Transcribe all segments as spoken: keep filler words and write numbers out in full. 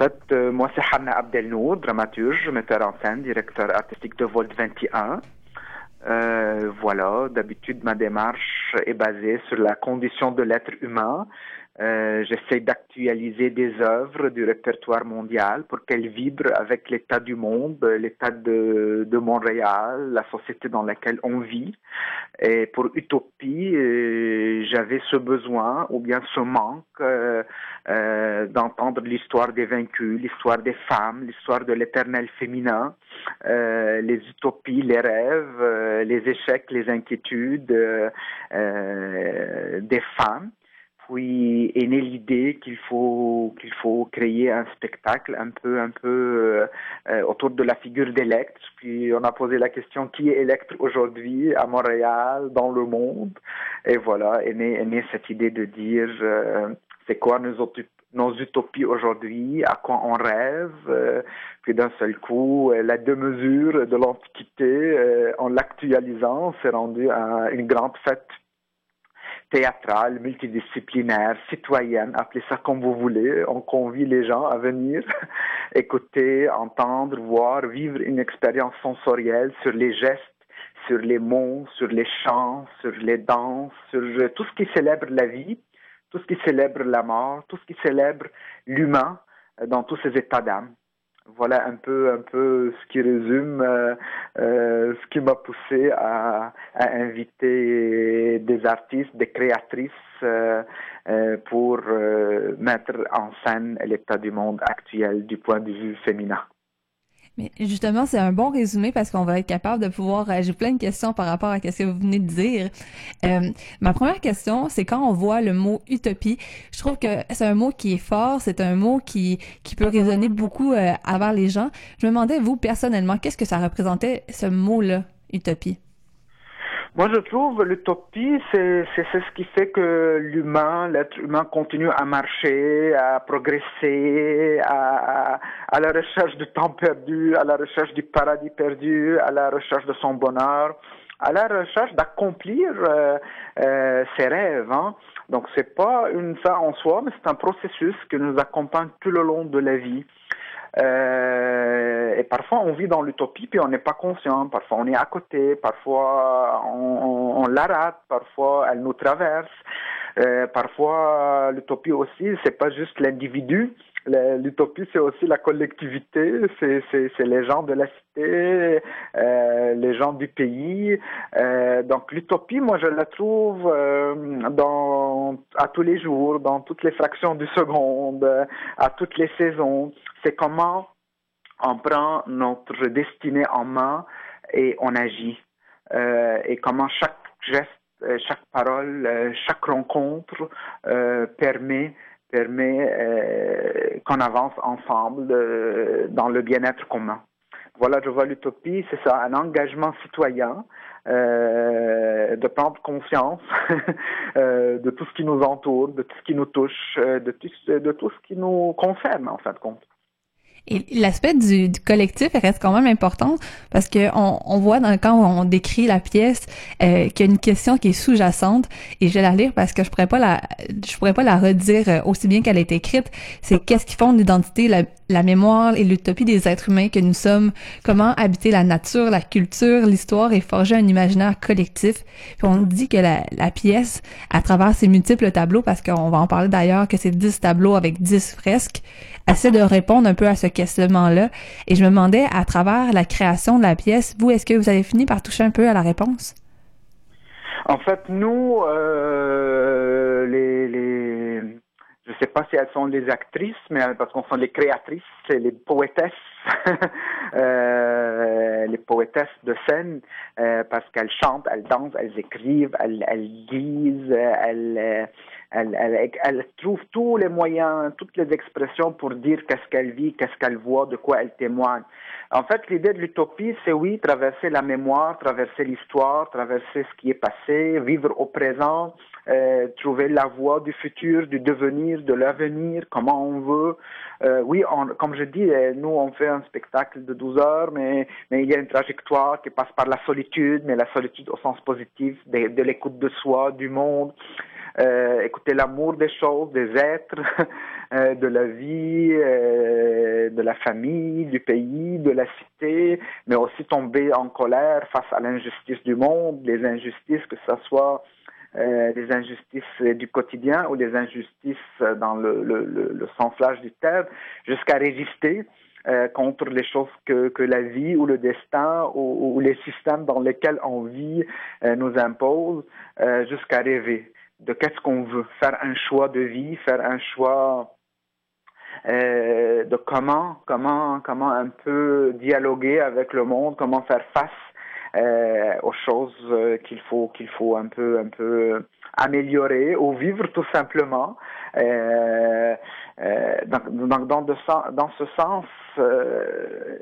fait, euh, moi, c'est Hanna Abdelnour, dramaturge, metteur en scène, directeur artistique de Volt vingt et un. Euh, voilà, d'habitude, ma démarche est basée sur la condition de l'être humain. Euh, j'essaie d'actualiser des œuvres du répertoire mondial pour qu'elles vibrent avec l'état du monde, l'état de, de Montréal, la société dans laquelle on vit. Et pour Utopie, euh, j'avais ce besoin ou bien ce manque euh, euh, d'entendre l'histoire des vaincus, l'histoire des femmes, l'histoire de l'éternel féminin, euh, les utopies, les rêves, euh, les échecs, les inquiétudes euh, euh, des femmes. Puis est née l'idée qu'il faut qu'il faut créer un spectacle un peu un peu euh, autour de la figure d'Electre. Puis on a posé la question qui est Electre aujourd'hui à Montréal, dans le monde. Et voilà, est née, est née cette idée de dire euh, c'est quoi nos, nos utopies aujourd'hui, à quoi on rêve. Euh, puis d'un seul coup, la deux-mesure de l'Antiquité, euh, en l'actualisant, s'est rendu à une grande fête théâtrale, multidisciplinaire, citoyenne, appelez ça comme vous voulez. On convie les gens à venir écouter, entendre, voir, vivre une expérience sensorielle sur les gestes, sur les mots, sur les chants, sur les danses, sur tout ce qui célèbre la vie, tout ce qui célèbre la mort, tout ce qui célèbre l'humain dans tous ses états d'âme. Voilà un peu, un peu ce qui résume euh, euh, ce qui m'a poussé à, à inviter des artistes, des créatrices euh, euh, pour euh, mettre en scène l'état du monde actuel du point de vue féminin. Mais justement, c'est un bon résumé parce qu'on va être capable de pouvoir... Euh, j'ai plein de questions par rapport à ce que vous venez de dire. Euh, ma première question, c'est quand on voit le mot utopie, je trouve que c'est un mot qui est fort, c'est un mot qui qui peut résonner beaucoup euh, envers les gens. Je me demandais, vous, personnellement, qu'est-ce que ça représentait, ce mot-là, utopie? Moi, je trouve l'utopie, c'est, c'est, c'est ce qui fait que l'humain, l'être humain continue à marcher, à progresser, à, à, à la recherche du temps perdu, à la recherche du paradis perdu, à la recherche de son bonheur, à la recherche d'accomplir euh, euh, ses rêves. Hein. Donc, c'est pas une fin en soi, mais c'est un processus qui nous accompagne tout le long de la vie. Euh, et parfois on vit dans l'utopie puis on n'est pas conscient, parfois on est à côté, parfois on, on, on la rate, parfois elle nous traverse. Euh, parfois l'utopie aussi c'est pas juste l'individu, l'utopie c'est aussi la collectivité, c'est, c'est, c'est les gens de la cité, euh, les gens du pays. Euh, donc l'utopie, moi je la trouve euh, dans à tous les jours, dans toutes les fractions de seconde, à toutes les saisons. C'est comment on prend notre destinée en main et on agit. Euh, et comment chaque geste, chaque parole, chaque rencontre euh, permet permet euh, qu'on avance ensemble euh, dans le bien-être commun. Voilà, je vois l'utopie, c'est ça, un engagement citoyen, euh, de prendre conscience euh, de tout ce qui nous entoure, de tout ce qui nous touche, de tout, de tout ce qui nous concerne, en fin de compte. Et l'aspect du, du collectif reste quand même important parce que on, on voit dans, quand on décrit la pièce euh, qu'il y a une question qui est sous-jacente et je vais la lire parce que je pourrais pas la je pourrais pas la redire aussi bien qu'elle a été écrite. C'est qu'est-ce qui fonde l'identité, la, la mémoire et l'utopie des êtres humains que nous sommes, comment habiter la nature, la culture, l'histoire et forger un imaginaire collectif. Puis on dit que la, la pièce, à travers ses multiples tableaux, parce qu'on va en parler d'ailleurs que c'est dix tableaux avec dix fresques, essaie de répondre un peu à ce questionnement-là. Et je me demandais, à travers la création de la pièce, vous, est-ce que vous avez fini par toucher un peu à la réponse? En fait, nous, euh, les, les, je sais pas si elles sont les actrices, mais parce qu'on sont les créatrices, c'est les poétesses, euh, les poétesses de scène, euh, parce qu'elles chantent, elles dansent, elles écrivent, elles, elles disent, elles, elles, elles, elles trouvent tous les moyens, toutes les expressions pour dire qu'est-ce qu'elle vit, qu'est-ce qu'elle voit, de quoi elle témoigne. En fait, l'idée de l'utopie, c'est oui, traverser la mémoire, traverser l'histoire, traverser ce qui est passé, vivre au présent, euh, trouver la voie du futur, du devenir, de l'avenir, comment on veut. Euh, oui, on, comme je dis, nous, on fait un spectacle de douze heures, mais, mais il y a une trajectoire qui passe par la solitude, mais la solitude au sens positif, de, de l'écoute de soi, du monde. Euh, écouter l'amour des choses, des êtres, euh, de la vie, euh, de la famille, du pays, de la cité, mais aussi tomber en colère face à l'injustice du monde, les injustices, que ce soit euh, les injustices du quotidien ou les injustices dans le, le, le, le sens large du terme, jusqu'à résister euh, contre les choses que, que la vie ou le destin ou, ou les systèmes dans lesquels on vit euh, nous imposent, euh, jusqu'à rêver de qu'est-ce qu'on veut, faire un choix de vie, faire un choix euh, de comment, comment, comment un peu dialoguer avec le monde, comment faire face euh, aux choses euh, qu'il faut, qu'il faut un peu, un peu améliorer ou vivre tout simplement. Euh, euh, donc, donc dans, de, dans ce sens, euh,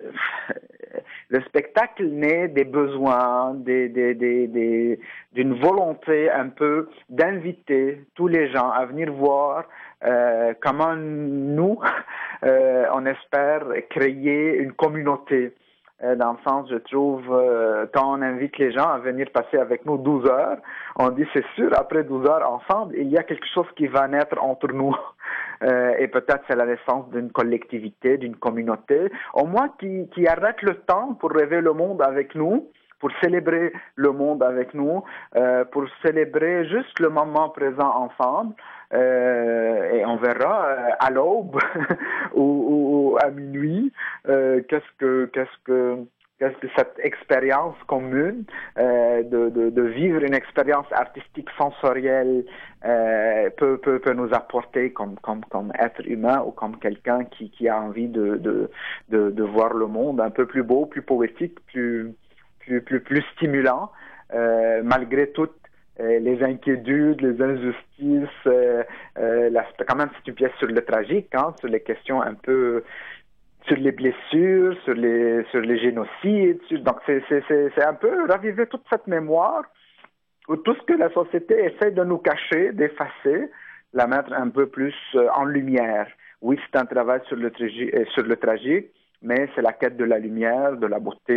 le spectacle naît des besoins, des, des, des, des, d'une volonté un peu d'inviter tous les gens à venir voir euh, comment nous, euh, on espère créer une communauté. Euh, dans le sens, je trouve, euh, quand on invite les gens à venir passer avec nous douze heures, on dit c'est sûr, après douze heures ensemble, il y a quelque chose qui va naître entre nous. Euh, et peut-être c'est la naissance d'une collectivité, d'une communauté, au moins qui, qui arrête le temps pour rêver le monde avec nous, pour célébrer le monde avec nous, euh, pour célébrer juste le moment présent ensemble. Euh, et on verra euh, à l'aube ou, ou à minuit euh, qu'est-ce que qu'est-ce que qu'est-ce que cette expérience commune euh, de, de, de vivre une expérience artistique sensorielle euh, peut, peut peut nous apporter comme comme comme être humain ou comme quelqu'un qui qui a envie de de de, de voir le monde un peu plus beau, plus poétique, plus plus plus plus stimulant euh, malgré toute Euh, les inquiétudes, les injustices, euh, euh, la, quand même c'est une pièce sur le tragique, hein, sur les questions un peu, sur les blessures, sur les sur les génocides, sur, donc c'est c'est c'est c'est un peu raviver toute cette mémoire ou tout ce que la société essaie de nous cacher, d'effacer, la mettre un peu plus euh, en lumière. Oui, c'est un travail sur le tragi- euh, sur le tragique, mais c'est la quête de la lumière, de la beauté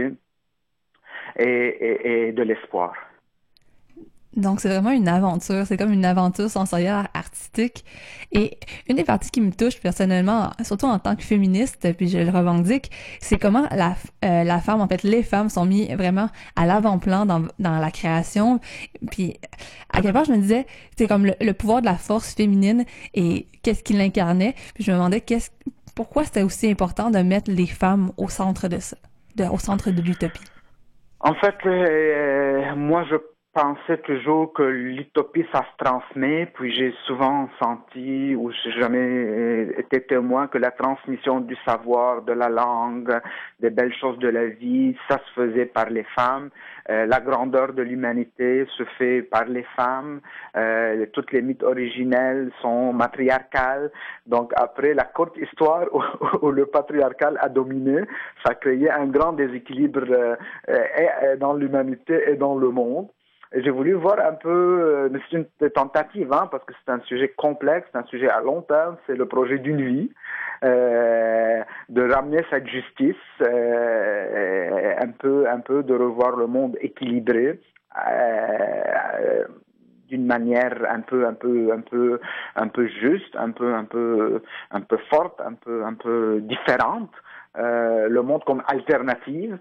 et et, et de l'espoir. Donc, c'est vraiment une aventure. C'est comme une aventure sensorielle artistique. Et une des parties qui me touche personnellement, surtout en tant que féministe, puis je le revendique, c'est comment la, euh, la femme, en fait, les femmes sont mis vraiment à l'avant-plan dans, dans la création. Puis, à quel point je me disais, c'est comme le, le pouvoir de la force féminine et qu'est-ce qu'il incarnait. Puis je me demandais qu'est-ce, pourquoi c'était aussi important de mettre les femmes au centre de ça, de, au centre de l'utopie. En fait, euh, moi, je pensais toujours que l'utopie, ça se transmet, puis j'ai souvent senti, ou j'ai jamais été témoin, que la transmission du savoir, de la langue, des belles choses de la vie, ça se faisait par les femmes. Euh, la grandeur de l'humanité se fait par les femmes. Euh, toutes les mythes originels sont matriarcales. Donc après la courte histoire où, où le patriarcal a dominé, ça a créé un grand déséquilibre euh, euh, dans l'humanité et dans le monde. Et j'ai voulu voir un peu, mais c'est une tentative, hein, parce que c'est un sujet complexe, c'est un sujet à long terme, c'est le projet d'une vie, euh, de ramener cette justice, euh, un peu, un peu de revoir le monde équilibré, euh, d'une manière un peu, un peu, un peu, un peu juste, un peu, un peu, un peu forte, un peu, un peu différente. Euh, le monde comme alternative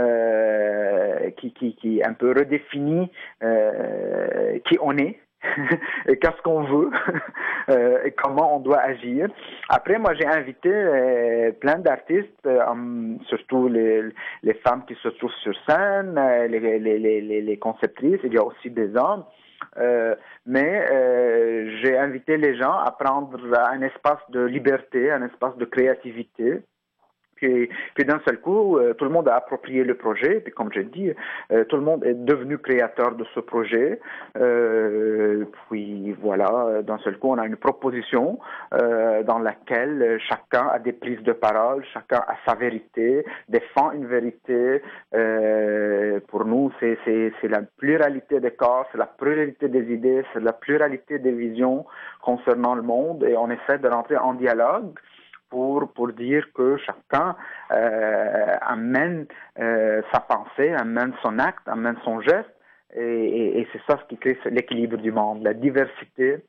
euh, qui, qui, qui un peu redéfinit euh, qui on est et qu'est-ce qu'on veut euh, et comment on doit agir. Après, moi, j'ai invité euh, plein d'artistes, euh, surtout les, les femmes qui se trouvent sur scène, euh, les, les, les, les conceptrices, il y a aussi des hommes. Euh, mais euh, j'ai invité les gens à prendre un espace de liberté, un espace de créativité. Puis, puis d'un seul coup, euh, tout le monde a approprié le projet. Puis comme je dis, euh, tout le monde est devenu créateur de ce projet. Euh, puis voilà, d'un seul coup, on a une proposition euh, dans laquelle chacun a des prises de parole, chacun a sa vérité, défend une vérité. Euh, pour nous, c'est, c'est, c'est la pluralité des corps, c'est la pluralité des idées, c'est la pluralité des visions concernant le monde. Et on essaie de rentrer en dialogue pour pour dire que chacun euh, amène euh, sa pensée, amène son acte, amène son geste, et, et, et c'est ça ce qui crée l'équilibre du monde, la diversité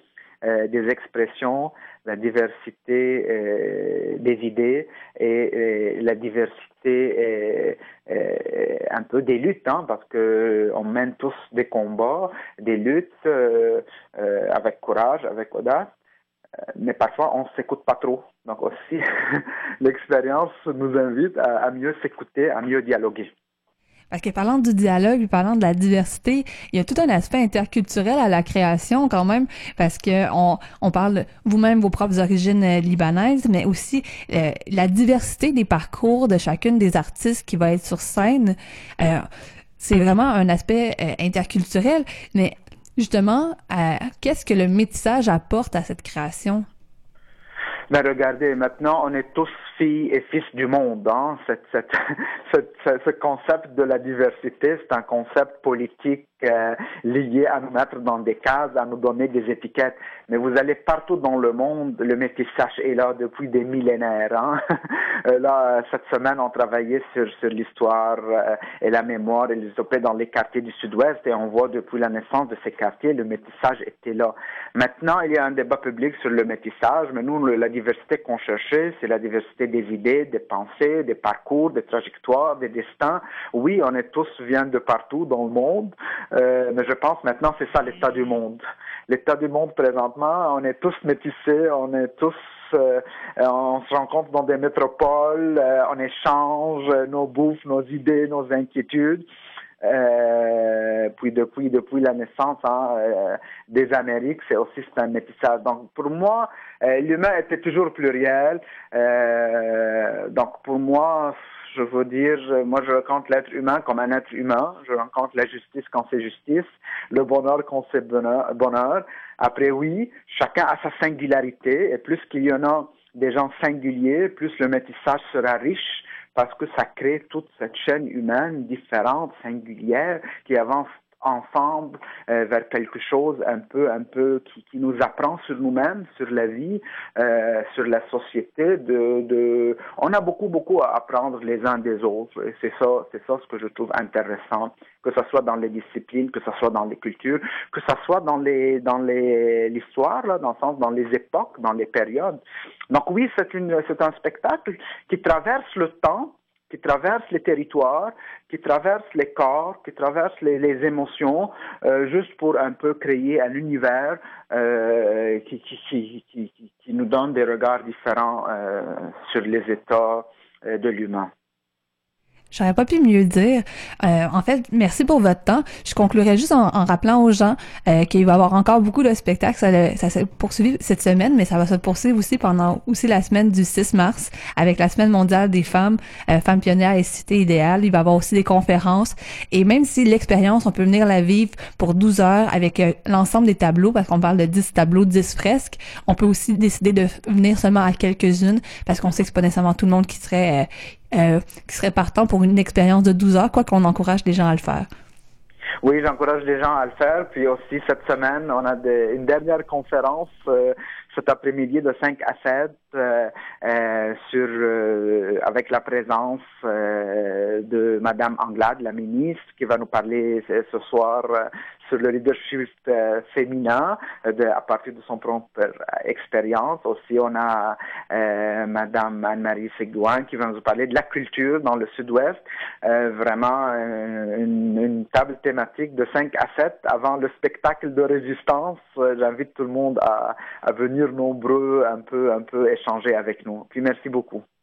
euh, des expressions, la diversité euh, des idées et, et la diversité euh, euh, un peu des luttes, hein, parce que on mène tous des combats, des luttes euh, euh, avec courage, avec audace. Mais parfois, on ne s'écoute pas trop. Donc aussi, l'expérience nous invite à, à mieux s'écouter, à mieux dialoguer. Parce que parlant du dialogue, parlant de la diversité, il y a tout un aspect interculturel à la création quand même, parce que on, on parle vous-même vos propres origines euh, libanaises, mais aussi euh, la diversité des parcours de chacune des artistes qui va être sur scène. Euh, c'est vraiment un aspect euh, interculturel, mais justement, euh, qu'est-ce que le métissage apporte à cette création? Mais regardez, maintenant, on est tous filles et fils du monde. Hein? Cette, cette, cette, ce concept de la diversité, c'est un concept politique euh, lié à nous mettre dans des cases, à nous donner des étiquettes. Mais vous allez partout dans le monde, le métissage est là depuis des millénaires. Hein? Là, cette semaine, on travaillait sur, sur l'histoire euh, et la mémoire et les opé dans les quartiers du Sud-Ouest et on voit depuis la naissance de ces quartiers, le métissage était là. Maintenant, il y a un débat public sur le métissage, mais nous, la diversité qu'on cherchait, c'est la diversité des idées, des pensées, des parcours, des trajectoires, des destins. Oui, on est tous viennent de partout dans le monde, euh, mais je pense maintenant c'est ça l'état du monde. L'état du monde présentement, on est tous métissés, on est tous, euh, on se rencontre dans des métropoles, euh, on échange nos bouffes, nos idées, nos inquiétudes. Euh, puis depuis depuis la naissance hein, euh, des Amériques, c'est aussi c'est un métissage. Donc pour moi, euh, l'humain était toujours pluriel. Euh, donc pour moi, je veux dire, moi je rencontre l'être humain comme un être humain. Je rencontre la justice quand c'est justice, le bonheur quand c'est bonheur. bonheur. Après oui, chacun a sa singularité et plus qu'il y en a des gens singuliers, plus le métissage sera riche. Parce que ça crée toute cette chaîne humaine différente, singulière, qui avance ensemble euh, vers quelque chose un peu, un peu qui, qui nous apprend sur nous-mêmes, sur la vie, euh, sur la société. De, de, on a beaucoup, beaucoup à apprendre les uns des autres. Et c'est ça, c'est ça ce que je trouve intéressant, que ce soit dans les disciplines, que ce soit dans les cultures, que ce soit dans les, dans les, l'histoire, là, dans le sens, dans les époques, dans les périodes. Donc oui, c'est une, c'est un spectacle qui traverse le temps, qui traverse les territoires, qui traverse les corps, qui traverse les, les émotions, euh, juste pour un peu créer un univers euh, qui, qui, qui, qui, qui nous donne des regards différents euh, sur les états euh, de l'humain. J'aurais pas pu mieux dire. Euh, en fait, merci pour votre temps. Je conclurai juste en, en rappelant aux gens euh, qu'il va y avoir encore beaucoup de spectacles. Ça, ça s'est poursuivi cette semaine, mais ça va se poursuivre aussi pendant aussi la semaine du six mars avec la Semaine mondiale des femmes, euh, femmes pionnières et cité idéale. Il va y avoir aussi des conférences. Et même si l'expérience, on peut venir la vivre pour douze heures avec euh, l'ensemble des tableaux, parce qu'on parle de dix tableaux, dix fresques, on peut aussi décider de venir seulement à quelques-unes parce qu'on sait que c'est pas nécessairement tout le monde qui serait... Euh, Euh, qui serait partant pour une expérience de douze heures, quoi qu'on encourage les gens à le faire. Oui, j'encourage les gens à le faire. Puis aussi, cette semaine, on a des, une dernière conférence euh, cet après-midi de cinq à sept euh, euh, sur, euh, avec la présence euh, de Madame Anglade, la ministre, qui va nous parler ce, ce soir euh, sur le leadership euh, féminin euh, de, à partir de son propre expérience. Aussi, on a euh, Madame Anne-Marie Segouin qui va nous parler de la culture dans le Sud-Ouest. Euh, vraiment euh, une, une table thématique de cinq à sept avant le spectacle de résistance. Euh, j'invite tout le monde à, à venir nombreux, un peu, un peu échanger avec nous. Puis merci beaucoup.